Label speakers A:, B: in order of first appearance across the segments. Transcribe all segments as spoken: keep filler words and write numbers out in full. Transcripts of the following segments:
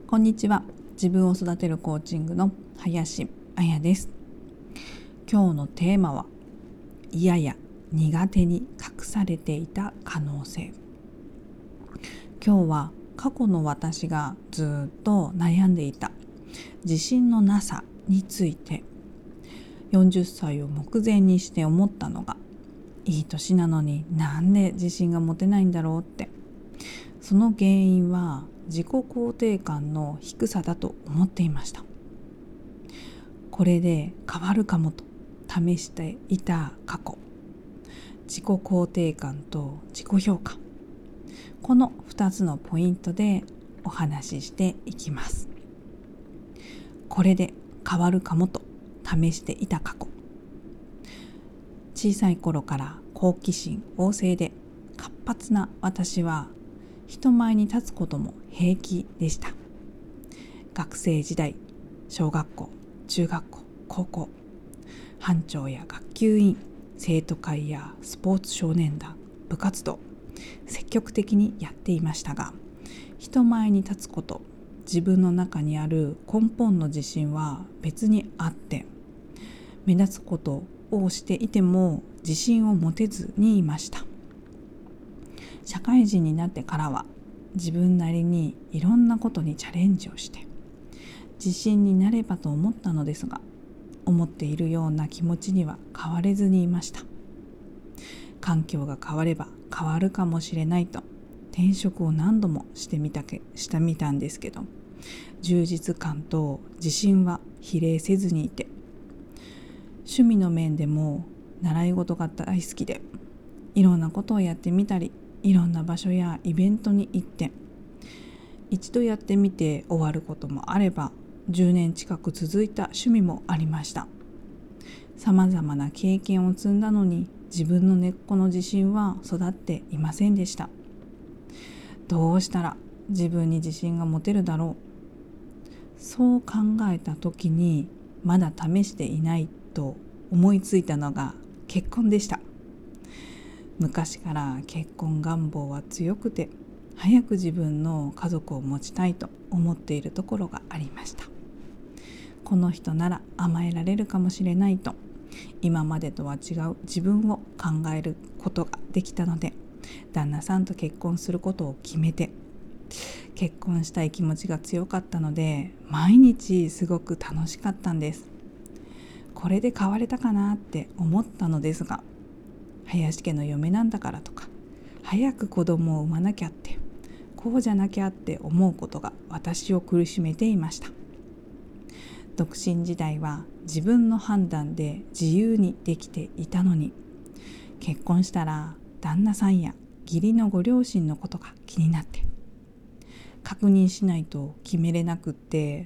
A: こんにちは。自分を育てるコーチングの林彩です。今日のテーマは、嫌や苦手に隠されていた可能性。今日は過去の私がずっと悩んでいた自信のなさについて、よんじゅっさいを目前にして思ったのが、いい年なのになんで自信が持てないんだろうって。その原因は自己肯定感の低さだと思っていました。これで変わるかもと試していた過去、自己肯定感と自己評価、このふたつのポイントでお話ししていきます。これで変わるかもと試していた過去、小さい頃から好奇心旺盛で活発な私は人前に立つことも平気でした。学生時代、小学校、中学校、高校、班長や学級委員、生徒会やスポーツ少年団、部活動、積極的にやっていましたが、人前に立つこと、自分の中にある根本の自信は別にあって、目立つことをしていても自信を持てずにいました。社会人になってからは自分なりにいろんなことにチャレンジをして自信になればと思ったのですが、思っているような気持ちには変われずにいました。環境が変われば変わるかもしれないと転職を何度もしてみたけしてみたんですけど、充実感と自信は比例せずにいて、趣味の面でも習い事が大好きで、いろんなことをやってみたり、いろんな場所やイベントに行って、一度やってみて終わることもあれば、じゅうねん近く続いた趣味もありました。さまざまな経験を積んだのに、自分の根っこの自信は育っていませんでした。どうしたら自分に自信が持てるだろう。そう考えた時に、まだ試していないと思いついたのが結婚でした。昔から結婚願望は強くて、早く自分の家族を持ちたいと思っているところがありました。この人なら甘えられるかもしれないと、今までとは違う自分を考えることができたので、旦那さんと結婚することを決めて、結婚したい気持ちが強かったので、毎日すごく楽しかったんです。これで変われたかなって思ったのですが、林家の嫁なんだからとか、早く子供を産まなきゃって、こうじゃなきゃって思うことが私を苦しめていました。独身時代は自分の判断で自由にできていたのに、結婚したら旦那さんや義理のご両親のことが気になって、確認しないと決めれなくって、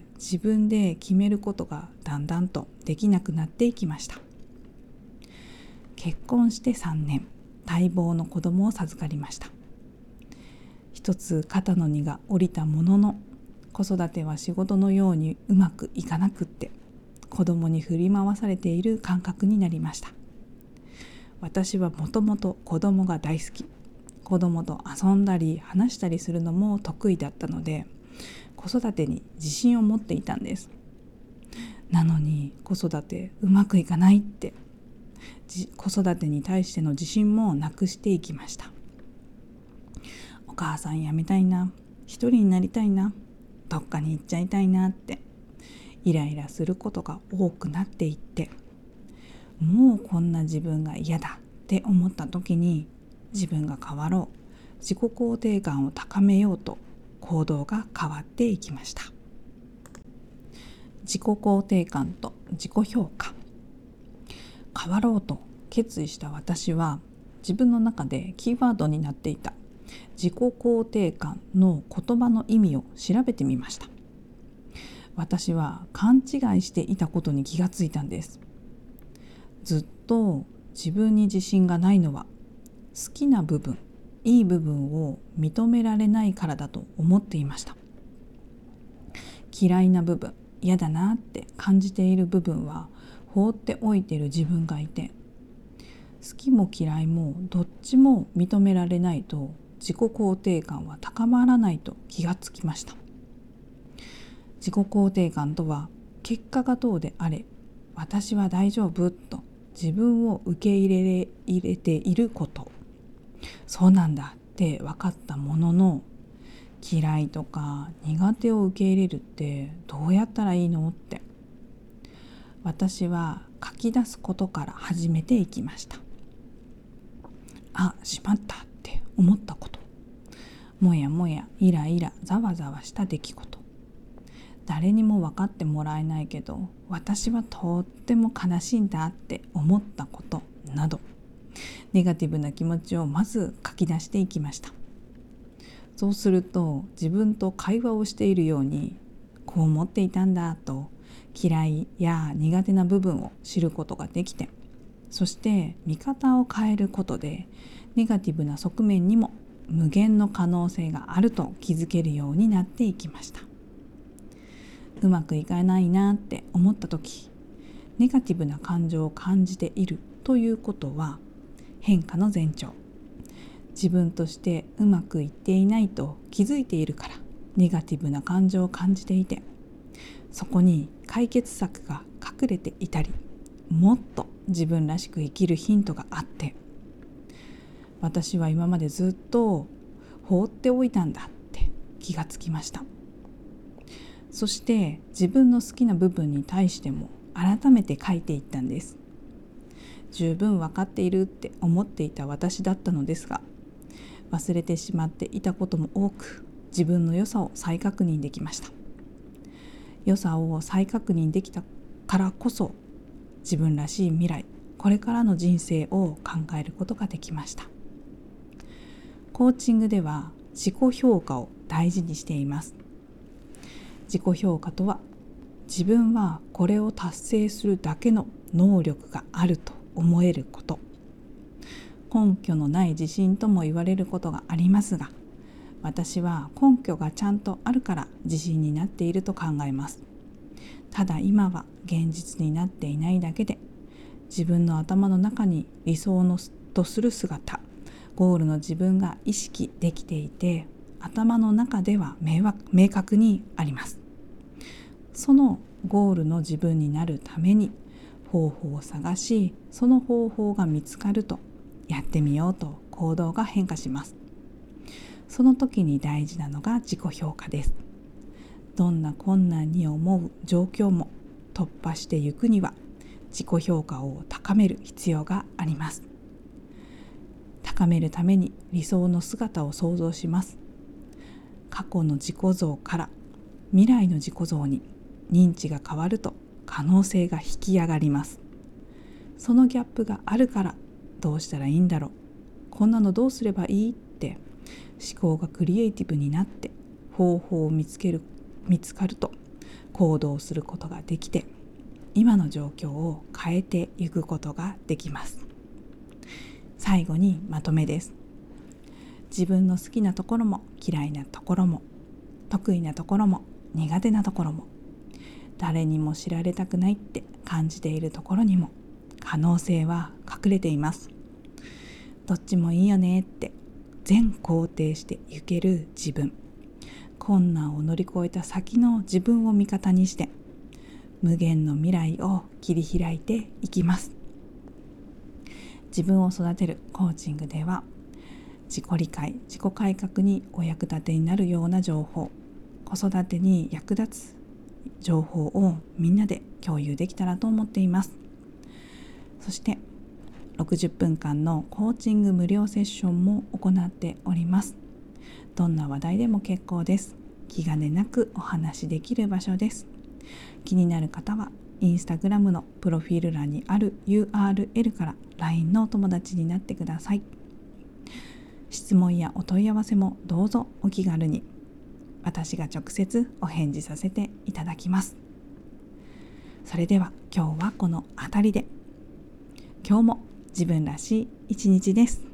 A: 自分で決めることがだんだんとできなくなっていきました。結婚してさんねん、待望の子供を授かりました。一つ肩の荷が下りたものの、子育ては仕事のようにうまくいかなくって、子供に振り回されている感覚になりました。私はもともと子供が大好き、子供と遊んだり話したりするのも得意だったので、子育てに自信を持っていたんです。なのに子育てうまくいかないって、子育てに対しての自信もなくしていきました。お母さん辞めたいな、一人になりたいな、どっかに行っちゃいたいなってイライラすることが多くなっていって、もうこんな自分が嫌だって思った時に、自分が変わろう、自己肯定感を高めようと行動が変わっていきました。自己肯定感と自己評価、変わろうと決意した私は、自分の中でキーワードになっていた自己肯定感の言葉の意味を調べてみました。私は勘違いしていたことに気がついたんです。ずっと自分に自信がないのは、好きな部分、いい部分を認められないからだと思っていました。嫌いな部分、嫌だなって感じている部分は放っておいている自分がいて、好きも嫌いもどっちも認められないと自己肯定感は高まらないと気がつきました。 自己肯定感とは、結果がどうであれ私は大丈夫と自分を受け入れ入れていること。そうなんだって分かったものの、嫌いとか苦手を受け入れるってどうやったらいいのって、私は書き出すことから始めていきました。あ、しまったって思ったこと、もやもやイライラざわざわした出来事、誰にも分かってもらえないけど私はとっても悲しいんだって思ったことなど、ネガティブな気持ちをまず書き出していきました。そうすると自分と会話をしているように、こう思っていたんだと嫌いや苦手な部分を知ることができて、そして見方を変えることでネガティブな側面にも無限の可能性があると気づけるようになっていきました。うまくいかないなって思った時、ネガティブな感情を感じているということは変化の前兆。自分としてうまくいっていないと気づいているからネガティブな感情を感じていて、そこに解決策が隠れていたり、もっと自分らしく生きるヒントがあって、私は今までずっと放っておいたんだって気がつきました。そして自分の好きな部分に対しても改めて書いていったんです。十分分かっているって思っていた私だったのですが、忘れてしまっていたことも多く、自分の良さを再確認できました。良さを再確認できたからこそ、自分らしい未来、これからの人生を考えることができました。コーチングでは自己評価を大事にしています。自己評価とは、自分はこれを達成するだけの能力があると思えること。根拠のない自信とも言われることがありますが、私は根拠がちゃんとあるから自信になっていると考えます。ただ今は現実になっていないだけで、自分の頭の中に理想のとする姿、ゴールの自分が意識できていて、頭の中では明確にあります。そのゴールの自分になるために方法を探し、その方法が見つかるとやってみようと行動が変化します。その時に大事なのが自己評価です。どんな困難に思う状況も突破していくには、自己評価を高める必要があります。高めるために理想の姿を想像します。過去の自己像から未来の自己像に認知が変わると可能性が引き上がります。そのギャップがあるからどうしたらいいんだろう、こんなのどうすればいいって思考がクリエイティブになって方法を見つける見つかると行動することができて、今の状況を変えていくことができます。最後にまとめです。自分の好きなところも嫌いなところも、得意なところも苦手なところも、誰にも知られたくないって感じているところにも可能性は隠れています。どっちもいいよねって全肯定していける自分、困難を乗り越えた先の自分を味方にして無限の未来を切り開いていきます。自分を育てるコーチングでは、自己理解、自己改革にお役立てになるような情報、子育てに役立つ情報をみんなで共有できたらと思っています。そしてろくじゅっぷんかんのコーチング無料セッションも行っております。どんな話題でも結構です。気兼ねなくお話しできる場所です。気になる方はインスタグラムのプロフィール欄にある ユーアールエル から ライン のお友達になってください。質問やお問い合わせもどうぞお気軽に。私が直接お返事させていただきます。それでは今日はこの辺りで。今日も自分らしい一日です。